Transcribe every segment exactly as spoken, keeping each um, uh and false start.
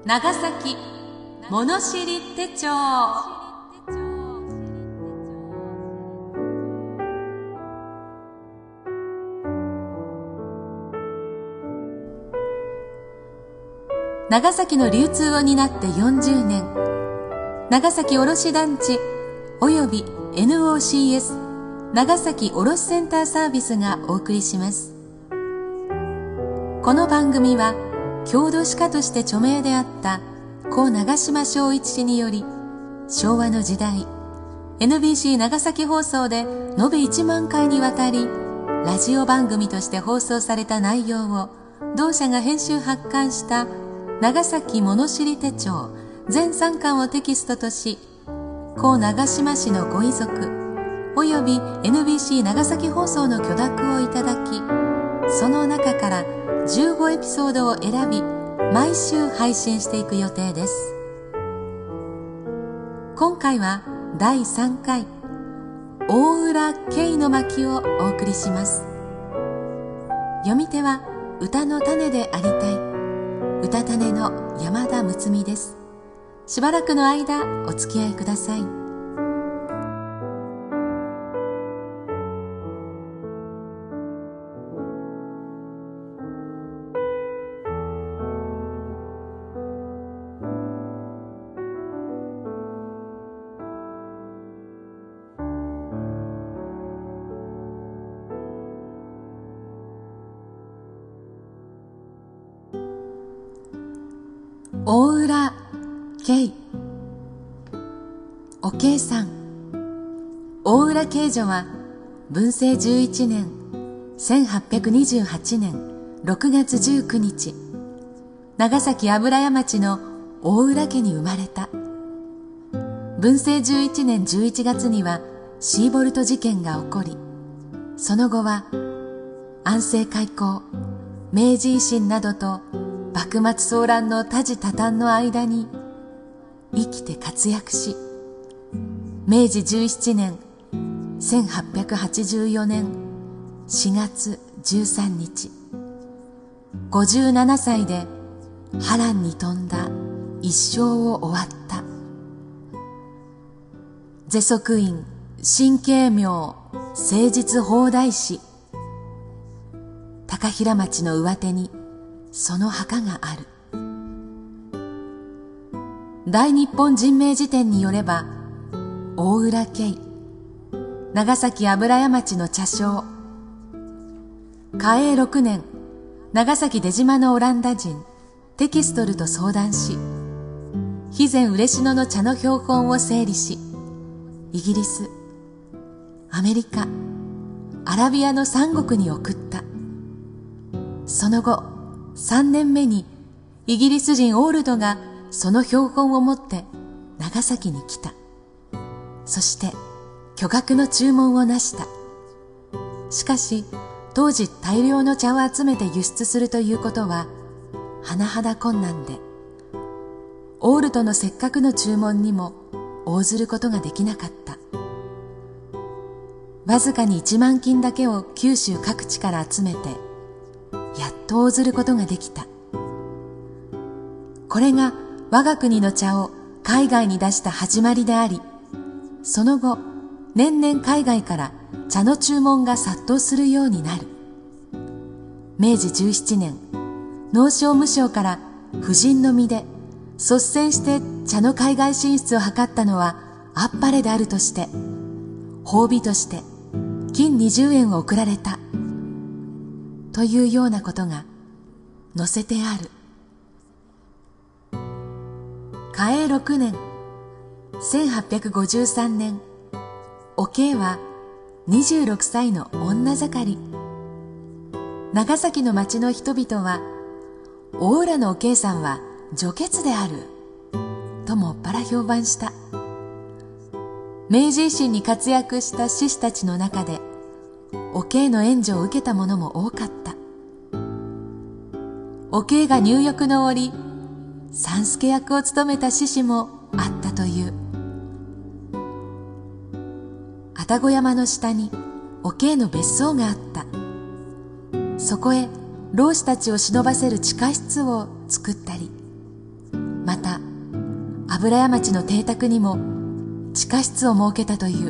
長崎物知り手帳。長崎の流通を担ってよんじゅうねん、長崎卸団地および エヌオーシーエス 長崎卸センターサービスがお送りします。この番組は郷土史家として著名であった故長嶋昭一氏により、昭和の時代 エヌビーシー 長崎放送で延べいちまんかいにわたりラジオ番組として放送された内容を同社が編集発刊した長崎物知り手帳全さんかんをテキストとし、故長嶋氏のご遺族および エヌビーシー 長崎放送の許諾をいただき、その中からじゅうごエピソードを選び毎週配信していく予定です。今回はだいさんかい大浦慶の巻をお送りします。読み手は歌の種でありたい歌種の山田睦美です。しばらくの間お付き合いください。大浦慶、お慶さん。大浦慶女は文政じゅういちねんせんはっぴゃくにじゅうはちねんろくがつじゅうくにち、長崎油屋町の大浦家に生まれた。文政じゅういちねんじゅういちがつにはシーボルト事件が起こり、その後は安政開港、明治維新などと幕末騒乱の多事多端の間に生きて活躍し、めいじじゅうななねんせんはっぴゃくはちじゅうよねんしがつじゅうさんにち、ごじゅうななさいで波乱に富んだ一生を終わった。世則院神慶明誠実法大師、高平町の上手にその墓がある。大日本人名辞典によれば、大浦慶、長崎油屋町の茶商。嘉永ろくねん、長崎出島のオランダ人テキストルと相談し、肥前嬉野の茶の標本を整理し、イギリス、アメリカ、アラビアの三国に送った。その後さんねんめにイギリス人オールドがその標本を持って長崎に来た。そして巨額の注文をなした。しかし当時大量の茶を集めて輸出するということは甚だ困難で、オールドのせっかくの注文にも応ずることができなかった。わずかにいちまんきんだけを九州各地から集めてやっと応ずることができた。これが我が国の茶を海外に出した始まりであり、その後年々海外から茶の注文が殺到するようになる。めいじじゅうななねん、農商務省から婦人の身で率先して茶の海外進出を図ったのはあっぱれであるとして、褒美として金にじゅうえんを贈られたというようなことが載せてある。嘉永ろくねんせんはっぴゃくごじゅうさんねん、お慶はにじゅうろくさいの女盛り。長崎の町の人々は、大浦のお慶さんは女傑であるともっぱら評判した。明治維新に活躍した志士たちの中でお慶の援助を受けた者も多かった。お慶が入浴の折、三助役を務めた志士もあったという。愛宕山の下にお慶の別荘があった。そこへ老師たちを忍ばせる地下室を作ったり、 また油屋町の邸宅にも地下室を設けたという。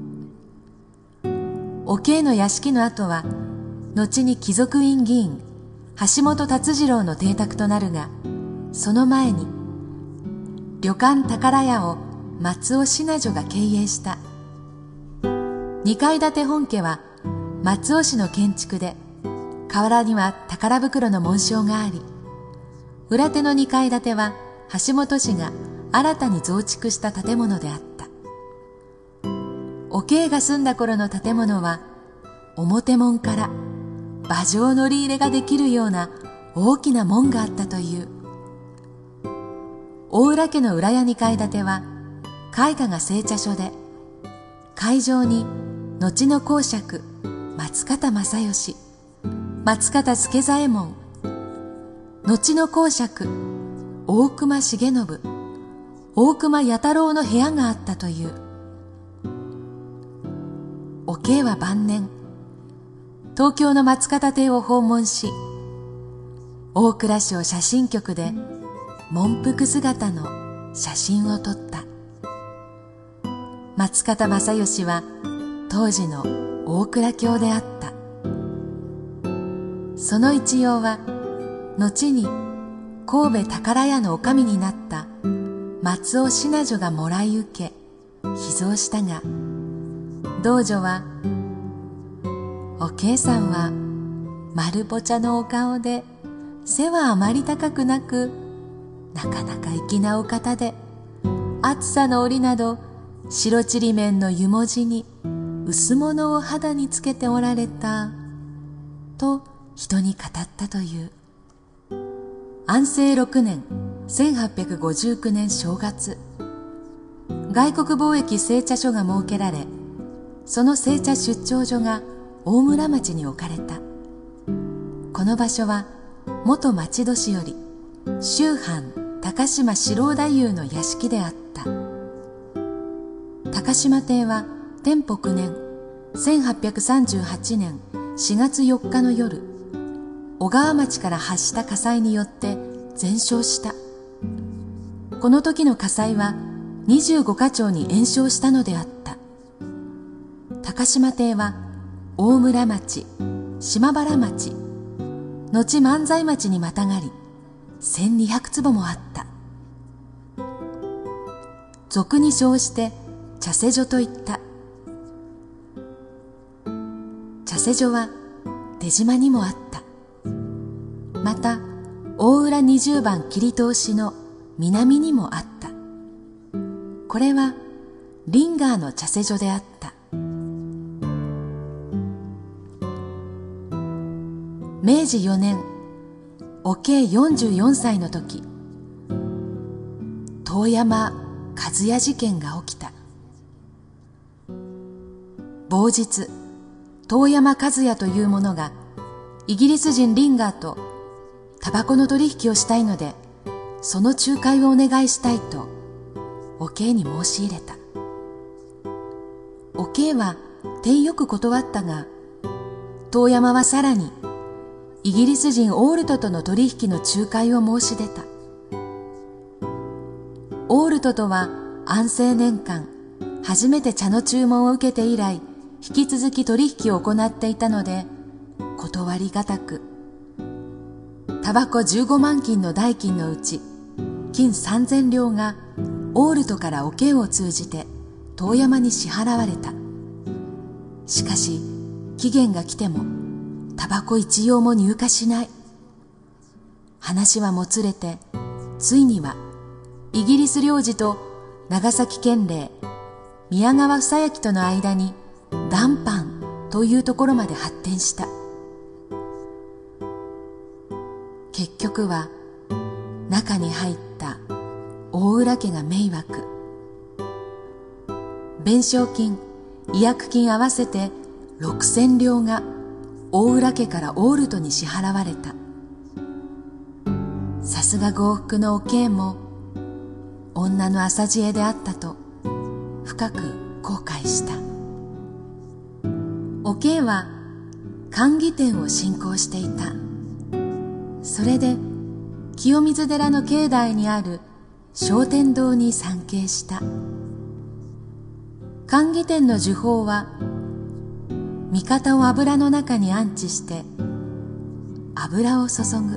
お慶の屋敷の後は後に貴族院議員橋本達次郎の邸宅となるが、その前に旅館宝屋を松尾信女が経営した。二階建て本家は松尾氏の建築で、河原には宝袋の紋章があり、裏手の二階建ては橋本氏が新たに増築した建物であった。お慶が住んだ頃の建物は、表門から馬上乗り入れができるような大きな門があったという。大浦家の裏や二階建ては絵画が製茶所で、会場に後の公爵松方正義、松方助左衛門、後の公爵大隈重信、大隈弥太郎の部屋があったという。お慶は晩年、東京の松方邸を訪問し、大蔵省写真局で文服姿の写真を撮った。松方正義は当時の大蔵卿であった。その一葉は後に神戸宝屋の女将になった松尾信女がもらい受け秘蔵したが、道女はお慶さんは丸ぽちゃのお顔で背はあまり高くなく、なかなか粋なお方で、暑さの折など白ちりめんの湯文字に薄物を肌につけておられたと人に語ったという。安政六年せんはっぴゃくごじゅうきゅうねん正月、外国貿易製茶所が設けられ、その製茶出張所が大村町に置かれた。この場所は元町年より宗藩高島四郎太夫の屋敷であった。高島邸は天保九年せんはっぴゃくさんじゅうはちねんしがつよっかの夜、小川町から発した火災によって全焼した。この時の火災はにじゅうごかちょうに延焼したのであった。高島邸は大村町、島原町、後万歳町にまたがり、せんにひゃくつぼもあった。俗に称して茶施所といった。茶施所は出島にもあった。また大浦二十番切り通しの南にもあった。これはリンガーの茶施所であった。めいじよねん、お慶よんじゅうよんさいの時、遠山和也事件が起きた。某日、遠山和也という者がイギリス人リンガーとタバコの取引をしたいので、その仲介をお願いしたいとお慶に申し入れた。お慶は手よく断ったが、遠山はさらにイギリス人オールトとの取引の仲介を申し出た。オールトとは安政年間初めて茶の注文を受けて以来、引き続き取引を行っていたので、断りがたく、タバコじゅうごまんきんの代金のうち、金さんぜんりょうがオールトからお慶を通じて遠山に支払われた。しかし期限が来てもタバコ一葉も入荷しない。話はもつれて、ついにはイギリス領事と長崎県令宮川房焼との間に談判というところまで発展した。結局は中に入った大浦家が迷惑。弁償金、違約金合わせてろくせんりょうが大浦家からオールトに支払われた。さすが豪福のお慶も女の浅知恵であったと深く後悔した。お慶は寒義店を信仰していた。それで清水寺の境内にある聖天堂に参詣した。管義天の呪法は、味方を油の中に安置して油を注ぐ。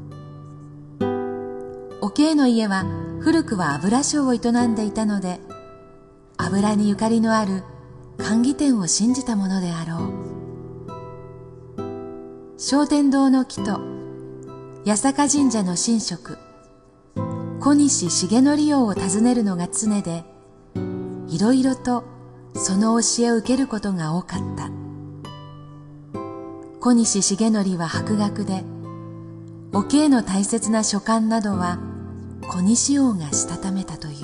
お慶の家は古くは油商を営んでいたので、油にゆかりのある管義天を信じたものであろう。聖天堂の木と八坂神社の神職小西重則王を訪ねるのが常で、いろいろとその教えを受けることが多かった。小西重則は博学で、お慶の大切な書簡などは小西王がしたためたという。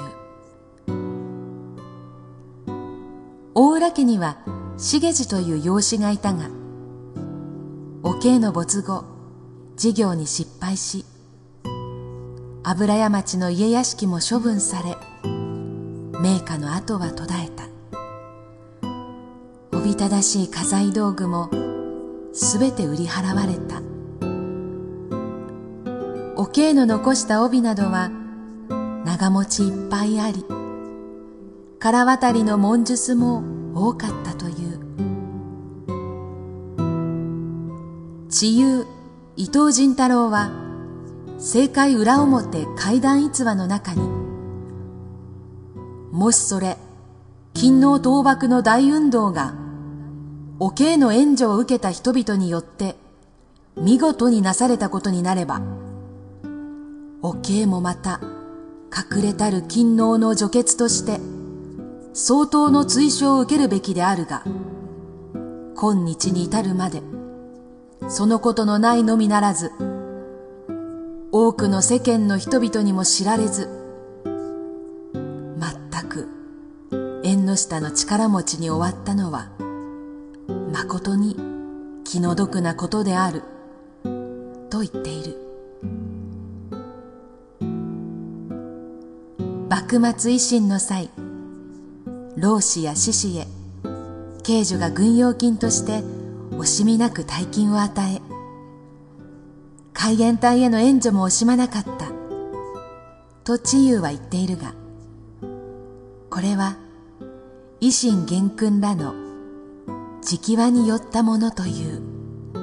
大浦家には重治という養子がいたが、お慶の没後、事業に失敗し、油屋町の家屋敷も処分され、名家の跡は途絶えた。おびただしい家財道具もすべて売り払われた。お慶の残した帯などは長持ちいっぱいあり、空渡りの文術も多かったという。知友伊藤仁太郎は政界裏表怪談逸話の中に、もしそれ勤王倒幕の大運動がお慶の援助を受けた人々によって見事になされたことになれば、お慶もまた隠れたる勤王の除血として相当の追奨を受けるべきであるが、今日に至るまでそのことのないのみならず、多くの世間の人々にも知られず、全く縁の下の力持ちに終わったのはまことに気の毒なことであると言っている。幕末維新の際、老子や志士へ慶女が軍用金として惜しみなく大金を与え、海援隊への援助も惜しまなかったと知友は言っているが、これは維新元君らの直話によったものという。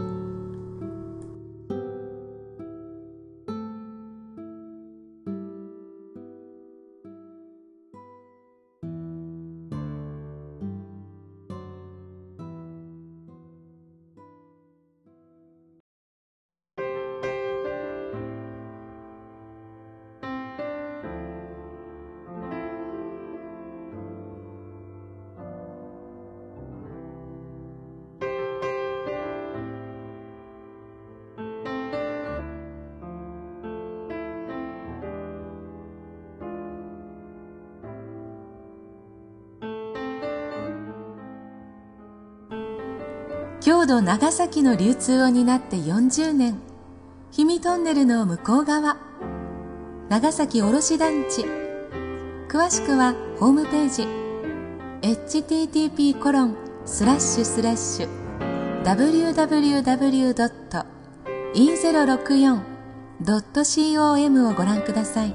郷土長崎の流通を担ってよんじゅうねん、氷見トンネルの向こう側、長崎卸団地。詳しくはホームページ エイチティーティーピーコロンスラッシュスラッシュダブリューダブリューダブリュードットイーゼロろくよんドットコム をご覧ください。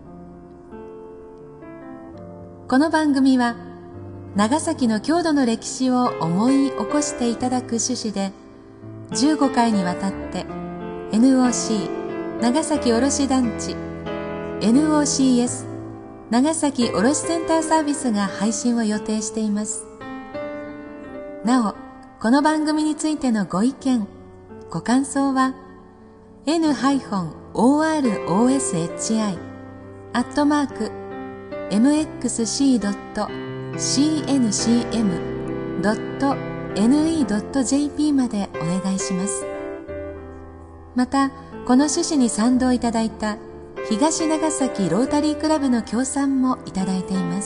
この番組は長崎の郷土の歴史を思い起こしていただく趣旨で、じゅうごかいにわたって エヌオーシー 長崎卸団地 エヌオーシーエス 長崎卸センターサービスが配信を予定しています。なお、この番組についてのご意見ご感想は エヌオーアールオーエスエイチアイ アットマーク エムエックスシー ドット シーエヌシーエム ドット エヌイー ドット ジェーピー までお願いします。また、この趣旨に賛同いただいた東長崎ロータリークラブの協賛もいただいています。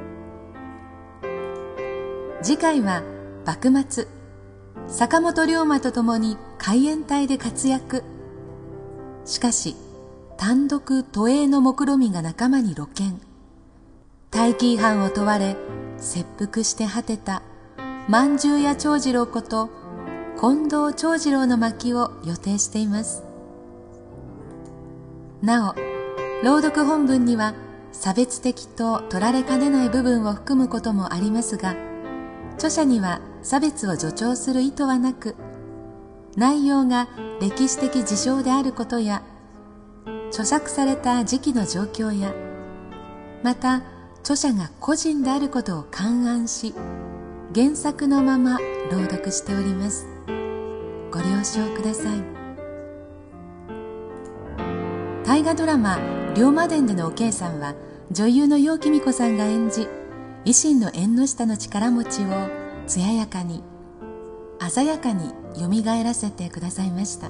次回は幕末、坂本龍馬と共に海援隊で活躍。しかし、単独都営の目論見が仲間に露見。大気違反を問われ切腹して果てた万十屋長次郎こと近藤長次郎の巻を予定しています。 なお、朗読本文には差別的と取られかねない部分を含むこともありますが、著者には差別を助長する意図はなく、内容が歴史的事象であることや、著作された時期の状況や、また著者が個人であることを勘案し、原作のまま朗読しております。ご了承ください。大河ドラマ「龍馬伝」でのおけいさんは、女優の楊貴美子さんが演じ、維新の縁の下の力持ちを艶やかに鮮やかによみがえらせてくださいました。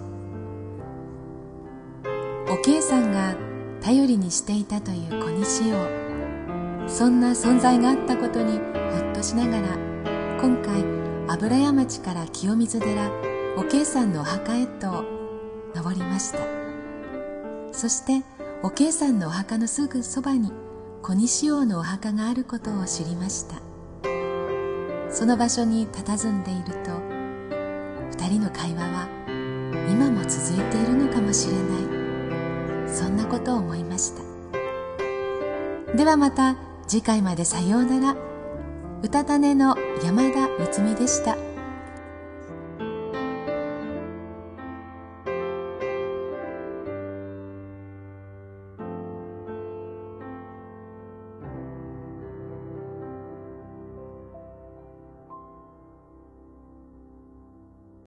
おけいさんが頼りにしていたという小西王、そんな存在があったことにほっとしながら、今回油屋町から清水寺おけいさんのお墓へと登りました。そしておけいさんのお墓のすぐそばに小西王のお墓があることを知りました。その場所に佇んでいると、二人の会話は今も続いているのかもしれない、そんなことを思いました。ではまた次回までさようなら。うたたねの山田睦美でした。